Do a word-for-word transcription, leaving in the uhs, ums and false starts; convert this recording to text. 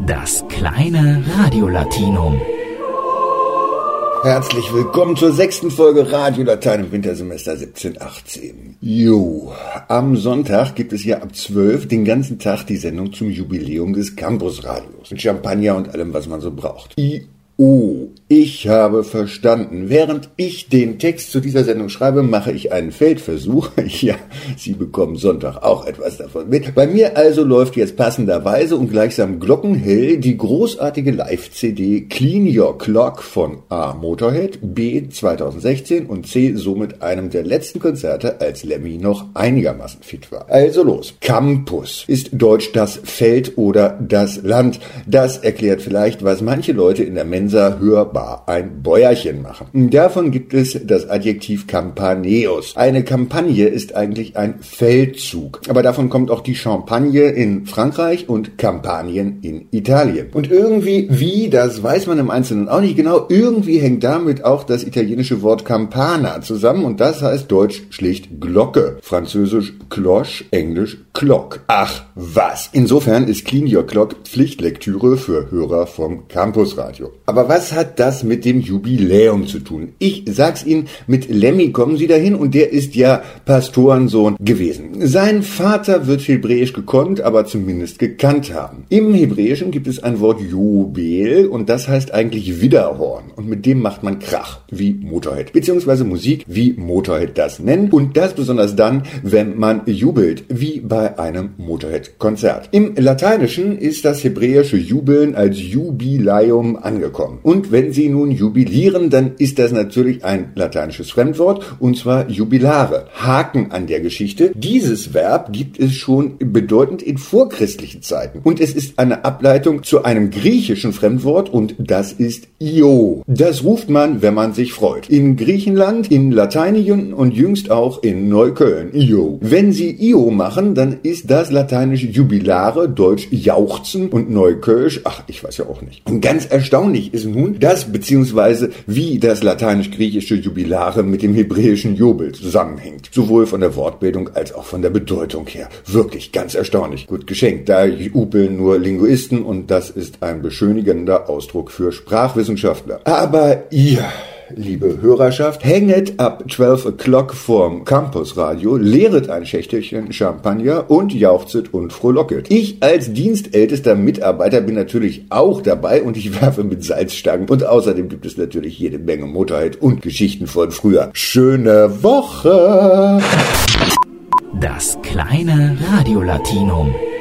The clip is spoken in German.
Das kleine Radio-Latinum. Herzlich willkommen zur sechsten Folge Radio Latein im Wintersemester siebzehn achtzehn. Jo, am Sonntag gibt es ja ab zwölf den ganzen Tag die Sendung zum Jubiläum des Campusradios. Mit Champagner und allem, was man so braucht. I Oh, ich habe verstanden. Während ich den Text zu dieser Sendung schreibe, mache ich einen Feldversuch. Ja, Sie bekommen Sonntag auch etwas davon mit. Bei mir also läuft jetzt passenderweise und gleichsam glockenhell die großartige Live-C D Clean Your Clock von A. Motorhead, B. zweitausendsechzehn und C. somit einem der letzten Konzerte, als Lemmy noch einigermaßen fit war. Also los. Campus ist deutsch das Feld oder das Land. Das erklärt vielleicht, was manche Leute in der Mensa hörbar ein Bäuerchen machen. Davon gibt es das Adjektiv Campaneus. Eine Kampagne ist eigentlich ein Feldzug. Aber davon kommt auch die Champagne in Frankreich und Kampagnen in Italien. Und irgendwie, wie, das weiß man im Einzelnen auch nicht genau, irgendwie hängt damit auch das italienische Wort Campana zusammen und das heißt deutsch schlicht Glocke. Französisch Cloche, Englisch Clock. Ach, was. Insofern ist Clean Your Clock Pflichtlektüre für Hörer vom Campusradio. Aber was hat das mit dem Jubiläum zu tun? Ich sag's Ihnen, mit Lemmy kommen Sie dahin und der ist ja Pastorensohn gewesen. Sein Vater wird hebräisch gekonnt, aber zumindest gekannt haben. Im Hebräischen gibt es ein Wort Jubel und das heißt eigentlich Widderhorn und mit dem macht man Krach, wie Motorhead, beziehungsweise Musik, wie Motorhead das nennt und das besonders dann, wenn man jubelt, wie bei einem Motorhead-Konzert. Im Lateinischen ist das hebräische Jubeln als Jubiläum angekommen. Und wenn Sie nun jubilieren, dann ist das natürlich ein lateinisches Fremdwort, und zwar jubilare. Haken an der Geschichte. Dieses Verb gibt es schon bedeutend in vorchristlichen Zeiten. Und es ist eine Ableitung zu einem griechischen Fremdwort, und das ist Io. Das ruft man, wenn man sich freut. In Griechenland, in Lateinien und jüngst auch in Neukölln. Io. Wenn Sie Io machen, dann ist das lateinische jubilare, deutsch jauchzen und neukölsch, ach, ich weiß ja auch nicht. Und ganz erstaunlich ist nun, dass bzw. wie das lateinisch-griechische Jubilare mit dem hebräischen Jubel zusammenhängt. Sowohl von der Wortbildung als auch von der Bedeutung her. Wirklich ganz erstaunlich. Gut geschenkt. Da jubeln nur Linguisten und das ist ein beschönigender Ausdruck für Sprachwissenschaftler. Aber ihr, liebe Hörerschaft, hänget ab zwölf o'clock vorm Campusradio, leeret ein Schächtelchen Champagner und jauchzet und frohlocket. Ich als dienstältester Mitarbeiter bin natürlich auch dabei und ich werfe mit Salzstangen und außerdem gibt es natürlich jede Menge Motorhead und Geschichten von früher. Schöne Woche! Das kleine Radio-Latinum.